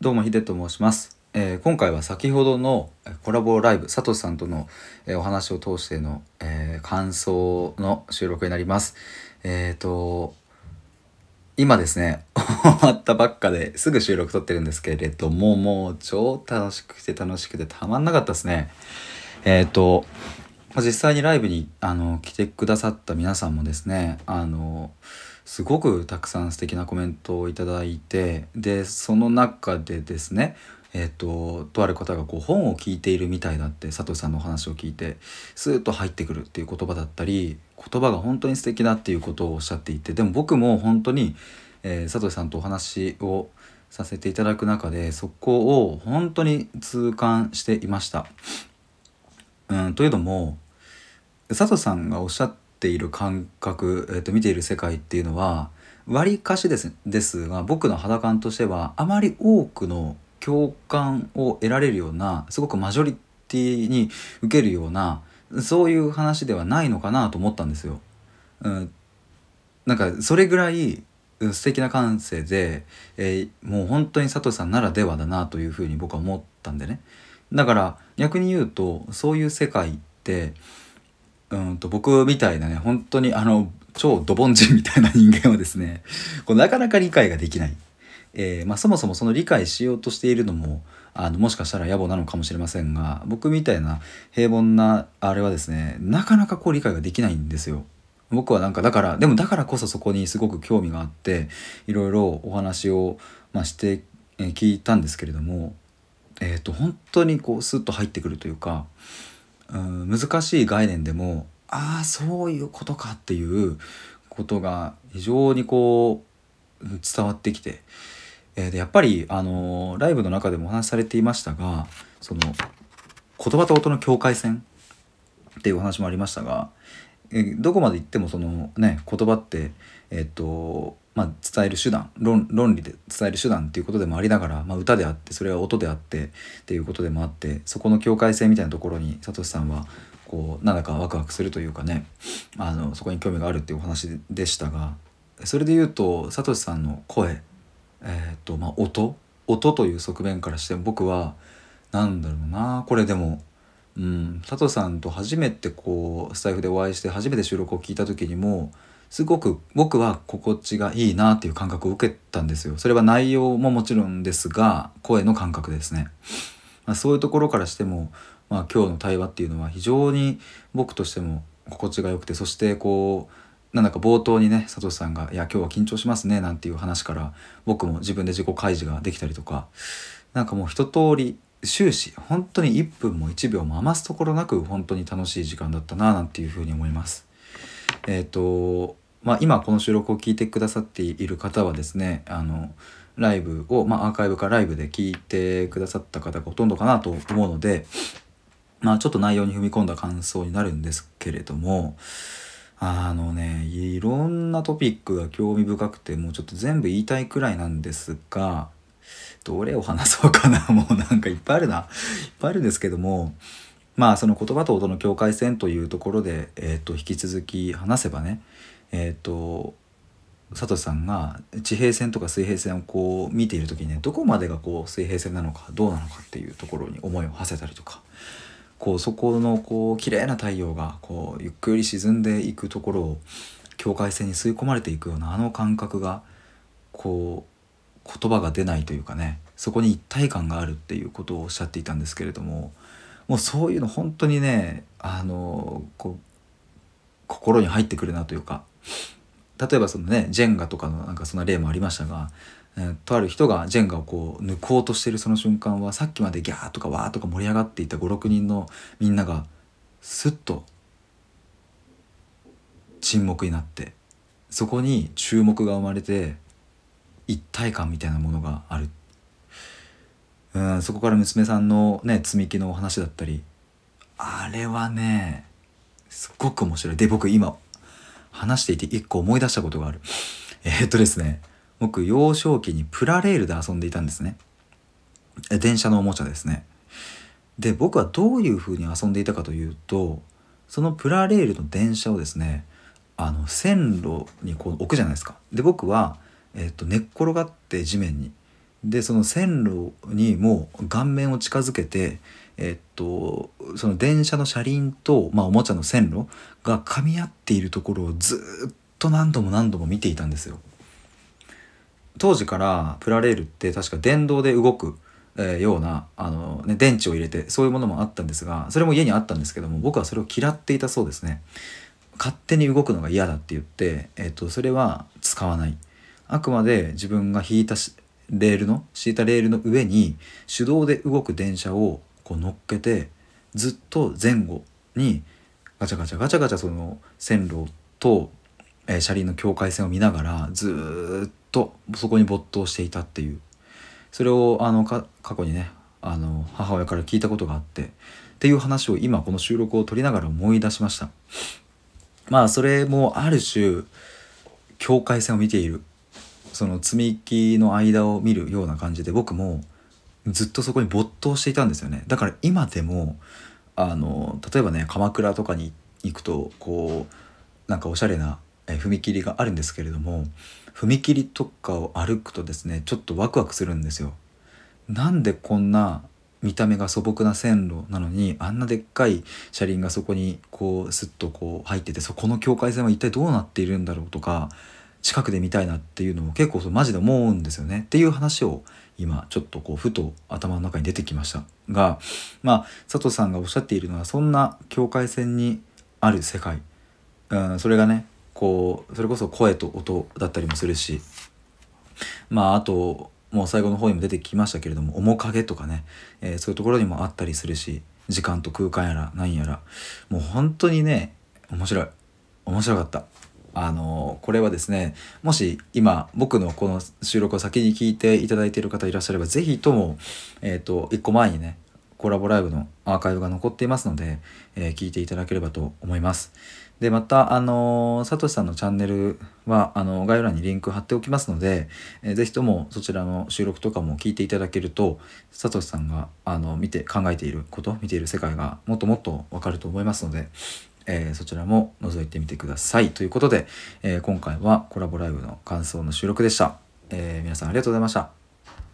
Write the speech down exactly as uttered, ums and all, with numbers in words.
どうもヒデと申します、えー今回は先ほどのえーコラボライブサトシさんとの、えーお話を通しての、えー感想の収録になります。えっ、と今ですね終わったばっかですぐ収録撮ってるんですけれども、もう超楽しくて楽しくてたまんなかったですね。えっ、とまあ実際にライブにあの来てくださった皆さんもですね、あのすごくたくさん素敵なコメントをいただいて、でその中でですね、えっ、ととある方がこう本を聞いているみたいだって佐藤さんのお話を聞いてスーッと入ってくるっていう言葉だったり、言葉が本当に素敵だっていうことをおっしゃっていて、でも僕も本当に、えー佐藤さんとお話をさせていただく中でそこを本当に痛感していました。うんというのも佐藤さんがおっしゃっている感覚、えー、と見ている世界っていうのは割かしですですが、僕の肌感としてはあまり多くの共感を得られるような、すごくマジョリティに受けるような、そういう話ではないのかなと思ったんですよ。うん、なんかそれぐらいうん素敵な感性で、えーもう本当に佐藤さんならではだなというふうに僕は思ったんでね。だから逆に言うとそういう世界ってうんと僕みたいなね、本当にあの超ドボン人みたいな人間はですねこうなかなか理解ができない、えーまあ、そもそもその理解しようとしているのもあのもしかしたら野暮なのかもしれませんが、僕みたいな平凡なあれはですねなかなかこう理解ができないんですよ。僕はなんかだからでもだからこそそこにすごく興味があっていろいろお話を、まあ、して、えー聞いたんですけれども、えー、と本当にこうスッと入ってくるというか、うん難しい概念でもああそういうことかっていうことが非常にこう伝わってきて、えーでやっぱり、あのーライブの中でもお話しされていましたが、その言葉と音の境界線っていうお話もありましたが、えーどこまで行ってもそのね言葉ってえっとまあ伝える手段、論論理で伝える手段っていうことでもありながら、まあ、歌であってそれは音であってっていうことでもあって、そこの境界線みたいなところにサトシさんはこうなんだかワクワクするというかね、あのそこに興味があるっていうお話でしたが、それで言うとサトシさんの声、えっとまあ音音という側面からして僕はなんだろうな、これでもうん、佐藤さんと初めてこうスタイフでお会いして初めて収録を聞いた時にもすごく僕は心地がいいなっていう感覚を受けたんですよ。それは内容ももちろんですが声の感覚ですね。まあ、そういうところからしても、まあ、今日の対話っていうのは非常に僕としても心地が良くて、そしてこうなんだか冒頭にね佐藤さんが「いや今日は緊張しますね」なんていう話から僕も自分で自己開示ができたりとか、なんかもう一通り終始本当にいっぷんもいちびょうも余すところなく本当に楽しい時間だったななんていうふうに思います。えっ、とまあ今この収録を聞いてくださっている方はですね、あのライブを、まあ、アーカイブかライブで聞いてくださった方がほとんどかなと思うので、まあちょっと内容に踏み込んだ感想になるんですけれども、あのねいろんなトピックが興味深くてもうちょっと全部言いたいくらいなんですが、どれを話そうかなもうなんかいっぱいあるないっぱいあるんですけども、まあその言葉と音の境界線というところで、えー、と引き続き話せばね、えっ、と佐藤さんが地平線とか水平線をこう見ている時にね、どこまでがこう水平線なのかどうなのかっていうところに思いを馳せたりとか、こうそこのこう綺麗な太陽がこうゆっくり沈んでいくところを境界線に吸い込まれていくようなあの感覚がこう言葉が出ないというかね、そこに一体感があるっていうことをおっしゃっていたんですけれども、もうそういうの本当にねあのこう心に入ってくるなというか、例えばそのねジェンガとかのなんかそんな例もありましたが、えーとある人がジェンガをこう抜こうとしているその瞬間は、さっきまでギャーとかワーとか盛り上がっていたごろくにんのみんながスッと沈黙になって、そこに注目が生まれて一体感みたいなものがある。うん、そこから娘さんのね積み木のお話だったり、あれはねすっごく面白い。で僕今話していて一個思い出したことがある。えー、っとですね僕幼少期にプラレールで遊んでいたんですね。え電車のおもちゃですね。で僕はどういう風に遊んでいたかというと、そのプラレールの電車をですねあの線路にこう置くじゃないですか。で僕は、えー、っと寝っ転がって地面にでその線路にもう顔面を近づけて、えっとその電車の車輪と、まあ、おもちゃの線路が噛み合っているところをずっと何度も何度も見ていたんですよ。当時からプラレールって確か電動で動く、えーようなあの、ね、電池を入れてそういうものもあったんですが、それも家にあったんですけども、僕はそれを嫌っていたそうですね。勝手に動くのが嫌だって言って、えー、とそれは使わない。あくまで自分が引いたしレールの敷いたレールの上に手動で動く電車をこう乗っけて、ずっと前後にガチャガチャガチャガチャその線路と、えー車輪の境界線を見ながらずーっとそこに没頭していたっていう、それをあのか過去にねあの母親から聞いたことがあってっていう話を今この収録を撮りながら思い出しました。まあそれもある種境界線を見ている、その積み木の間を見るような感じで、僕もずっとそこに没頭していたんですよね。だから今でもあの例えばね鎌倉とかに行くとこうなんかおしゃれなえ踏切があるんですけれども、踏切とかを歩くとですねちょっとワクワクするんですよ。なんでこんな見た目が素朴な線路なのにあんなでっかい車輪がそこにこうスッとこう入ってて、そこの境界線は一体どうなっているんだろうとか、近くで見たいなっていうのを結構マジで思うんですよねっていう話を今ちょっとこうふと頭の中に出てきましたが、まあ佐藤さんがおっしゃっているのはそんな境界線にある世界、うん、それがねこうそれこそ声と音だったりもするし、まああともう最後の方にも出てきましたけれども面影とかね、えーそういうところにもあったりするし、時間と空間やら何やらもう本当にね面白い面白かった。あのこれはですね、もし今僕のこの収録を先に聞いていただいている方いらっしゃれば、ぜひともえっ、といっこまえにねコラボライブのアーカイブが残っていますので、えー聞いていただければと思います。でまたあのさとしさんのチャンネルはあの概要欄にリンク貼っておきますので、えーぜひともそちらの収録とかも聞いていただけると、さとしさんがあの見て考えていること見ている世界がもっともっとわかると思いますので、えーそちらも覗いてみてくださいということで、えー今回はコラボライブの感想の収録でした。えー皆さんありがとうございました。